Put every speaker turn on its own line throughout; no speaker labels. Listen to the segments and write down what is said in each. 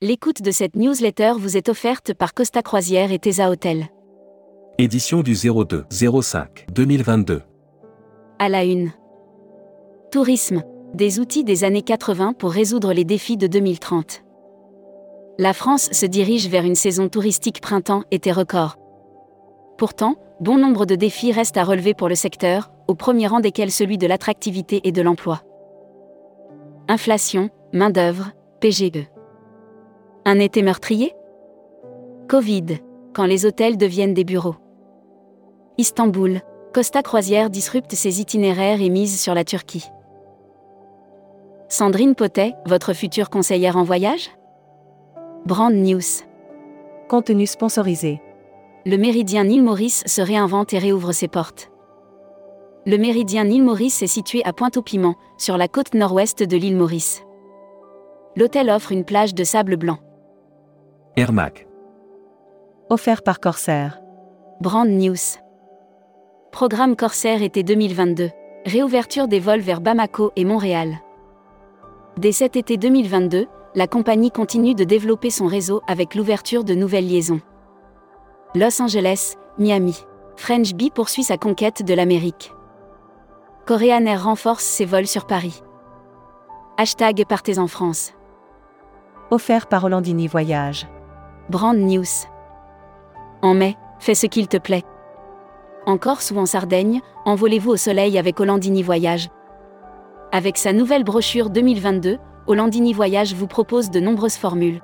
L'écoute de cette newsletter vous est offerte par Costa Croisière et Tesa Hôtel.
Édition du 02-05-2022.
À la une. Tourisme. Des outils des années 80 pour résoudre les défis de 2030. La France se dirige vers une saison touristique printemps-été record. Pourtant, bon nombre de défis restent à relever pour le secteur, au premier rang desquels celui de l'attractivité et de l'emploi. Inflation, main-d'œuvre, PGE. Un été meurtrier ? Covid, quand les hôtels deviennent des bureaux. Istanbul, Costa Croisière disrupte ses itinéraires et mise sur la Turquie. Sandrine Potet, votre future conseillère en voyage ? Brand News.
Contenu sponsorisé.
Le Méridien Île Maurice se réinvente et réouvre ses portes. Le Méridien Île Maurice est situé à Pointe-au-Piment, sur la côte nord-ouest de l'île Maurice. L'hôtel offre une plage de sable blanc.
Air Mac.
Offert par Corsair.
Brand News. Programme Corsair été 2022. Réouverture des vols vers Bamako et Montréal. Dès cet été 2022, la compagnie continue de développer son réseau avec l'ouverture de nouvelles liaisons. Los Angeles, Miami. French Bee poursuit sa conquête de l'Amérique. Korean Air renforce ses vols sur Paris. Hashtag Partez en France.
Offert par Hollandini Voyage.
Brand News. En mai, fais ce qu'il te plaît. En Corse ou en Sardaigne, envolez-vous au soleil avec Hollandini Voyage. Avec sa nouvelle brochure 2022, Hollandini Voyage vous propose de nombreuses formules.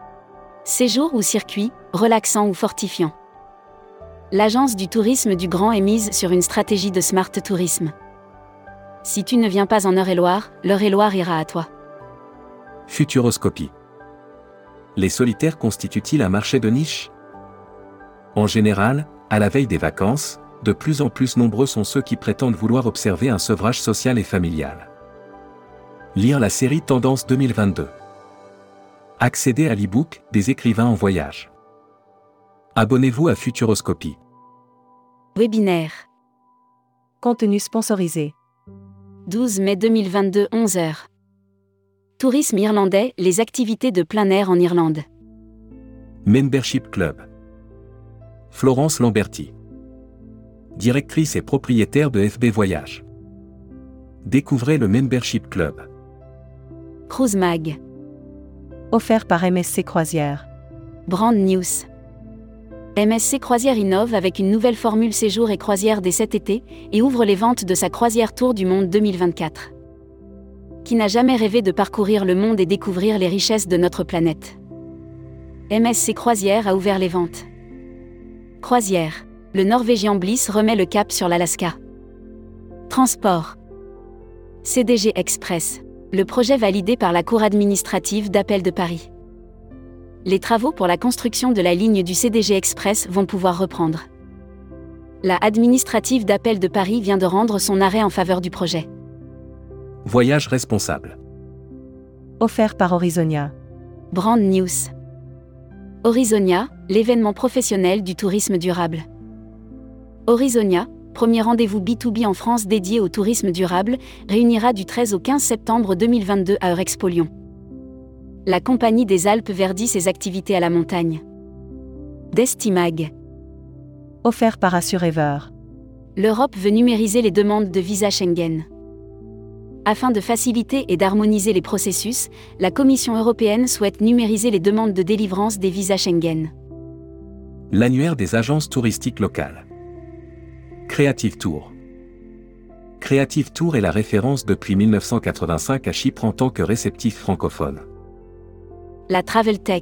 Séjour ou circuit, relaxant ou fortifiant. L'agence du tourisme du Grand est mise sur une stratégie de smart tourisme. Si tu ne viens pas en Eure-et-Loire, l'Eure-et-Loire ira à toi.
Futuroscopie. Les solitaires constituent-ils un marché de niche ? En général, à la veille des vacances, de plus en plus nombreux sont ceux qui prétendent vouloir observer un sevrage social et familial. Lire la série Tendance 2022. Accéder à l'e-book des écrivains en voyage. Abonnez-vous à Futuroscopie.
Webinaire.
Contenu sponsorisé.
12 mai 2022, 11h. Tourisme irlandais, les activités de plein air en Irlande.
Membership Club. Florence Lamberti. Directrice et propriétaire de FB Voyage. Découvrez le Membership Club.
Cruise Mag.
Offert par MSC Croisière.
Brand News. MSC Croisière innove avec une nouvelle formule séjour et croisière dès cet été et ouvre les ventes de sa croisière Tour du Monde 2024. Qui n'a jamais rêvé de parcourir le monde et découvrir les richesses de notre planète ? MSC Croisière a ouvert les ventes. Croisière. Le Norvégien Bliss remet le cap sur l'Alaska. Transport. CDG Express. Le projet validé par la Cour administrative d'appel de Paris. Les travaux pour la construction de la ligne du CDG Express vont pouvoir reprendre. La administrative d'appel de Paris vient de rendre son arrêt en faveur du projet.
Voyage responsable.
Offert par Horizonia.
Brand News. Horizonia, l'événement professionnel du tourisme durable. Horizonia, premier rendez-vous B2B en France dédié au tourisme durable, réunira du 13 au 15 septembre 2022 à Eurexpo Lyon. La Compagnie des Alpes verdit ses activités à la montagne. Destimag.
Offert par Assurever.
L'Europe veut numériser les demandes de visa Schengen. Afin de faciliter et d'harmoniser les processus, la Commission européenne souhaite numériser les demandes de délivrance des visas Schengen.
L'annuaire des agences touristiques locales. Creative Tour. Creative Tour est la référence depuis 1985 à Chypre en tant que réceptif francophone.
La Travel Tech.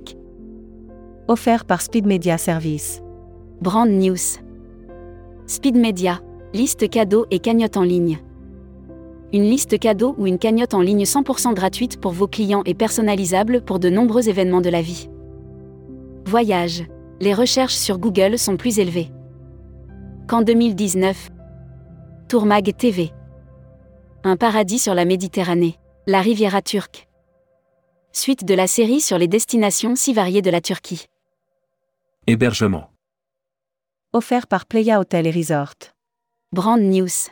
Offert par Speed Media Service.
Brand News. Speed Media, liste cadeaux et cagnotte en ligne. Une liste cadeau ou une cagnotte en ligne 100% gratuite pour vos clients et personnalisable pour de nombreux événements de la vie. Voyage. Les recherches sur Google sont plus élevées qu'en 2019. Tourmag TV. Un paradis sur la Méditerranée. La Riviera turque. Suite de la série sur les destinations si variées de la Turquie.
Hébergement.
Offert par Playa Hotel et Resort.
Brand News.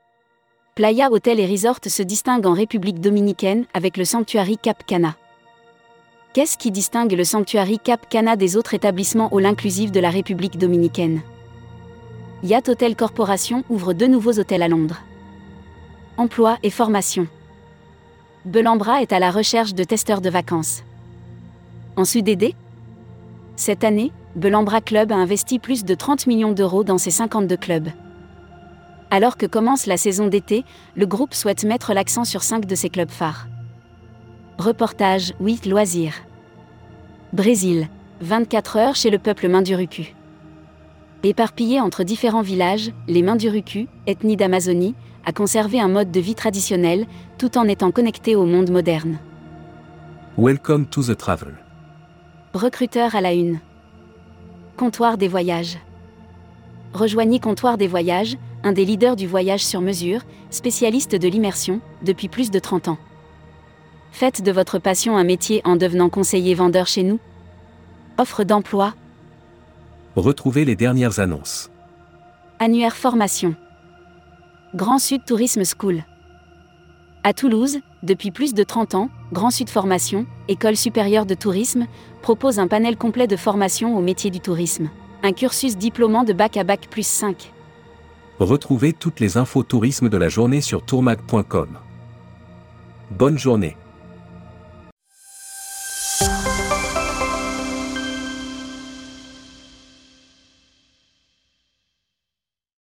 Playa Hotel et Resort se distingue en République dominicaine avec le Sanctuary Cap Cana. Qu'est-ce qui distingue le Sanctuary Cap Cana des autres établissements all inclusifs de la République dominicaine? Yacht Hotel Corporation ouvre 2 nouveaux hôtels à Londres. Emploi et formation. Belambra est à la recherche de testeurs de vacances. En SUDD? Cette année, Belambra Club a investi plus de 30 millions d'euros dans ses 52 clubs. Alors que commence la saison d'été, le groupe souhaite mettre l'accent sur 5 de ses clubs phares. Reportage 8 loisirs. Brésil, 24 heures chez le peuple Munduruku. Éparpillé entre différents villages, les Munduruku, ethnie d'Amazonie, a conservé un mode de vie traditionnel, tout en étant connecté au monde moderne.
Welcome to the travel.
Recruteur à la une. Comptoir des voyages. Rejoignez Comptoir des voyages, un des leaders du voyage sur mesure, spécialiste de l'immersion, depuis plus de 30 ans. Faites de votre passion un métier en devenant conseiller vendeur chez nous. Offre d'emploi.
Retrouvez les dernières annonces.
Annuaire formation. Grand Sud Tourisme School. À Toulouse, depuis plus de 30 ans, Grand Sud Formation, École supérieure de tourisme, propose un panel complet de formation au métier du tourisme. Un cursus diplômant de bac à bac plus 5.
Retrouvez toutes les infos tourisme de la journée sur tourmag.com. Bonne journée.